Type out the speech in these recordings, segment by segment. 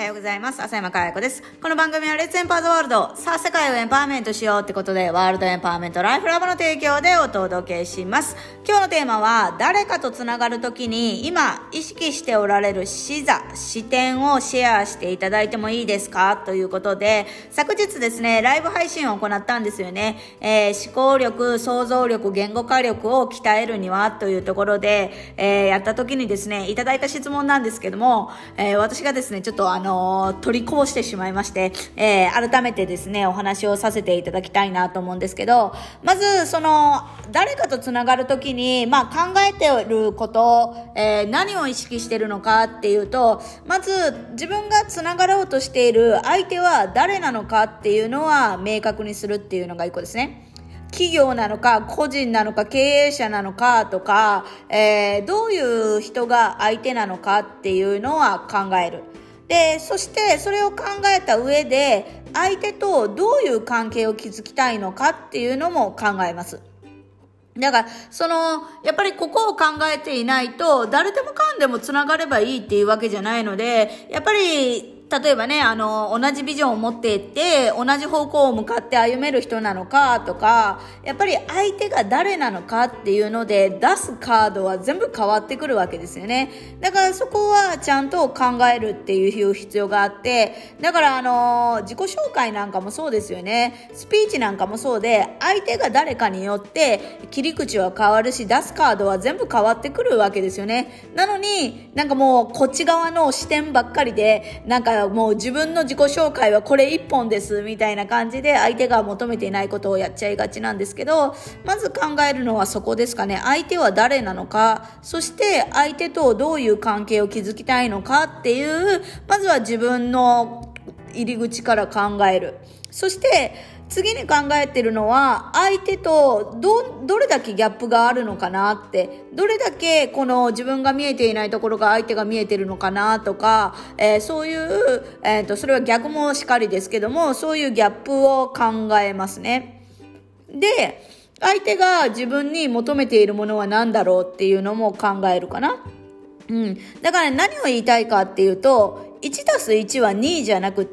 はようございます。浅山かや子です。この番組はレッツエンパワードワールド、さあ世界をエンパワーメントしようってことで、ワールドエンパワーメントライフラボの提供でお届けします。今日のテーマは、誰かとつながるときに今意識しておられる視座、視点をシェアしていただいてもいいですかということで、昨日ですね、ライブ配信を行ったんですよね。思考力、想像力、言語化力を鍛えるにはというところで、やった時にですね、いただいた質問なんですけども、私がですね、ちょっと取りこぼしてしまいまして、改めてですね、お話をさせていただきたいなと思うんですけど、まず、誰かとつながるときに、考えていること、何を意識しているのかっていうと、まず、自分がつながろうとしている相手は誰なのかっていうのは明確にするっていうのが一個ですね。企業なのか個人なのか経営者なのかとか、どういう人が相手なのかっていうのは考える。で、そしてそれを考えた上で相手とどういう関係を築きたいのかっていうのも考えます。だからやっぱりここを考えていないと誰でもかんでもつながればいいっていうわけじゃないので、やっぱり例えばね、同じビジョンを持っていて、同じ方向を向かって歩める人なのかとか、やっぱり相手が誰なのかっていうので、出すカードは全部変わってくるわけですよね。だからそこはちゃんと考えるっていう必要があって、だから自己紹介なんかもそうですよね。スピーチなんかもそうで、相手が誰かによって切り口は変わるし、出すカードは全部変わってくるわけですよね。なのに、もうこっち側の視点ばっかりで、もう自分の自己紹介はこれ一本ですみたいな感じで相手が求めていないことをやっちゃいがちなんですけど、まず考えるのはそこですかね。相手は誰なのか、そして相手とどういう関係を築きたいのかっていう、まずは自分の入り口から考える。そして次に考えてるのは、相手とどれだけギャップがあるのかなって、どれだけこの自分が見えていないところが相手が見えてるのかなとか、そういう、それは逆もしかりですけども、そういうギャップを考えますね。で、相手が自分に求めているものは何だろうっていうのも考えるかな。だから、何を言いたいかっていうと、1+1 は2じゃなくって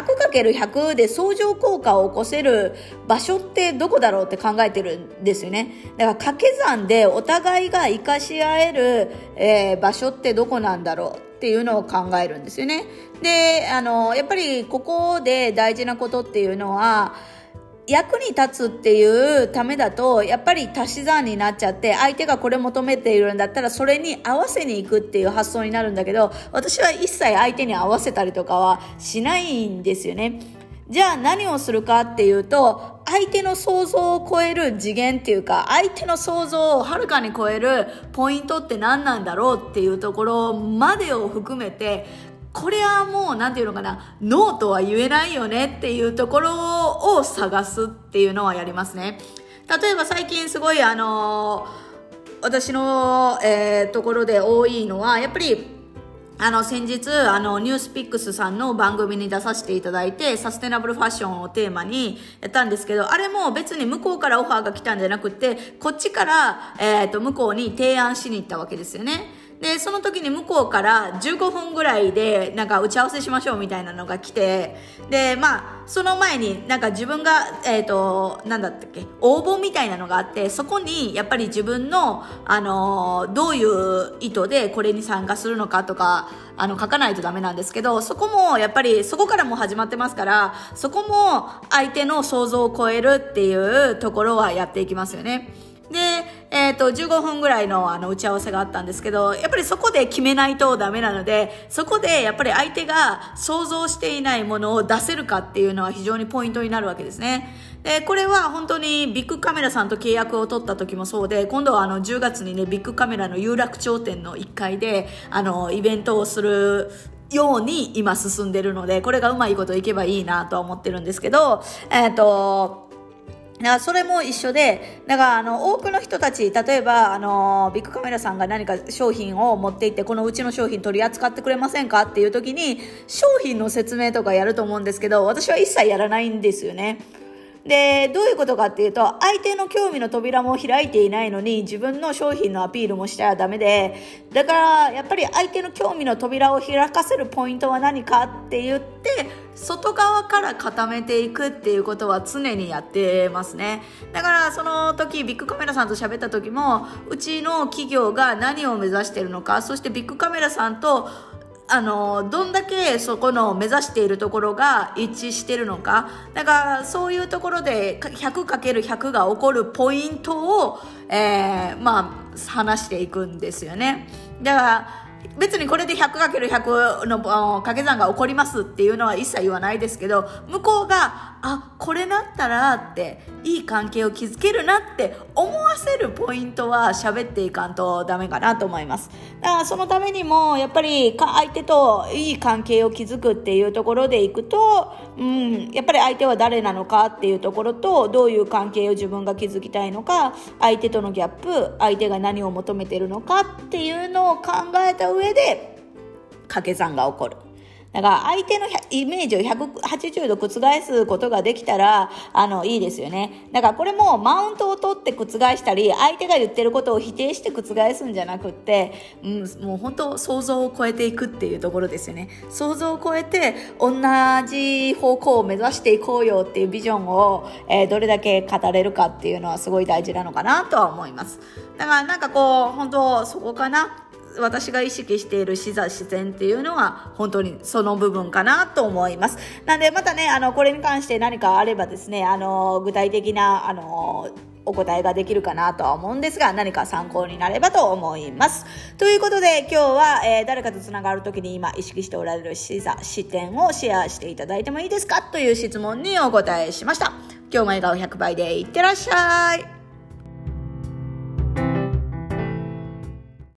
100×100 で相乗効果を起こせる場所ってどこだろうって考えてるんですよね。だから掛け算でお互いが生かし合える、場所ってどこなんだろうっていうのを考えるんですよね。で、やっぱりここで大事なことっていうのは、役に立つっていうためだとやっぱり足し算になっちゃって、相手がこれ求めているんだったらそれに合わせに行くっていう発想になるんだけど、私は一切相手に合わせたりとかはしないんですよね。じゃあ何をするかっていうと、相手の想像を超える次元っていうか、相手の想像をはるかに超えるポイントって何なんだろうっていうところまでを含めて、これはもうノーとは言えないよねっていうところを探すっていうのはやりますね。例えば最近すごい私の、ところで多いのは、やっぱり先日ニュースピックスさんの番組に出させていただいて、サステナブルファッションをテーマにやったんですけど、あれも別に向こうからオファーが来たんじゃなくて、こっちから、向こうに提案しに行ったわけですよね。で、その時に向こうから15分ぐらいで打ち合わせしましょうみたいなのが来て、で、その前に自分が、応募みたいなのがあって、そこにやっぱり自分の、どういう意図でこれに参加するのかとか、書かないとダメなんですけど、そこもやっぱりそこからも始まってますから、そこも相手の想像を超えるっていうところはやっていきますよね。で、15分ぐらいの打ち合わせがあったんですけど、やっぱりそこで決めないとダメなので、そこでやっぱり相手が想像していないものを出せるかっていうのは非常にポイントになるわけですね。で、これは本当にビッグカメラさんと契約を取った時もそうで、今度は10月にね、ビッグカメラの有楽町店の1階でイベントをするように今進んでるので、これがうまいこといけばいいなとは思ってるんですけど、それも一緒で、多くの人たち、例えばビッグカメラさんが何か商品を持っていって、このうちの商品取り扱ってくれませんかっていう時に商品の説明とかやると思うんですけど、私は一切やらないんですよね。 で、どういうことかっていうと、相手の興味の扉も開いていないのに自分の商品のアピールもしちゃダメで、だからやっぱり相手の興味の扉を開かせるポイントは何かって言って、外側から固めていくっていうことは常にやってますね。だからその時ビッグカメラさんと喋った時も、うちの企業が何を目指しているのか、そしてビッグカメラさんとどんだけそこの目指しているところが一致しているのか、だからそういうところで 100×100 が起こるポイントを、話していくんですよね。だから別にこれで 100×100 の掛け算が起こりますっていうのは一切言わないですけど、向こうがこれだったらっていい関係を築けるなって思わせるポイントは喋っていかんとダメかなと思います。だからそのためにもやっぱり相手といい関係を築くっていうところでいくと、やっぱり相手は誰なのかっていうところと、どういう関係を自分が築きたいのか、相手とのギャップ、相手が何を求めているのかっていうのを考えた上で掛け算が起こる。だから相手のイメージを180度覆すことができたらいいですよね。だからこれもマウントを取って覆したり、相手が言ってることを否定して覆すんじゃなくって、もう本当想像を超えていくっていうところですよね。想像を超えて同じ方向を目指していこうよっていうビジョンを、どれだけ語れるかっていうのはすごい大事なのかなとは思います。だから本当そこかな。私が意識している視座自然っていうのは本当にその部分かなと思います。なんでまたね、これに関して何かあればですね、具体的なお答えができるかなとは思うんですが、何か参考になればと思います。ということで今日は、誰かとつながるときに今意識しておられる視座視点をシェアしていただいてもいいですかという質問にお答えしました。今日も笑顔100倍でいってらっしゃい。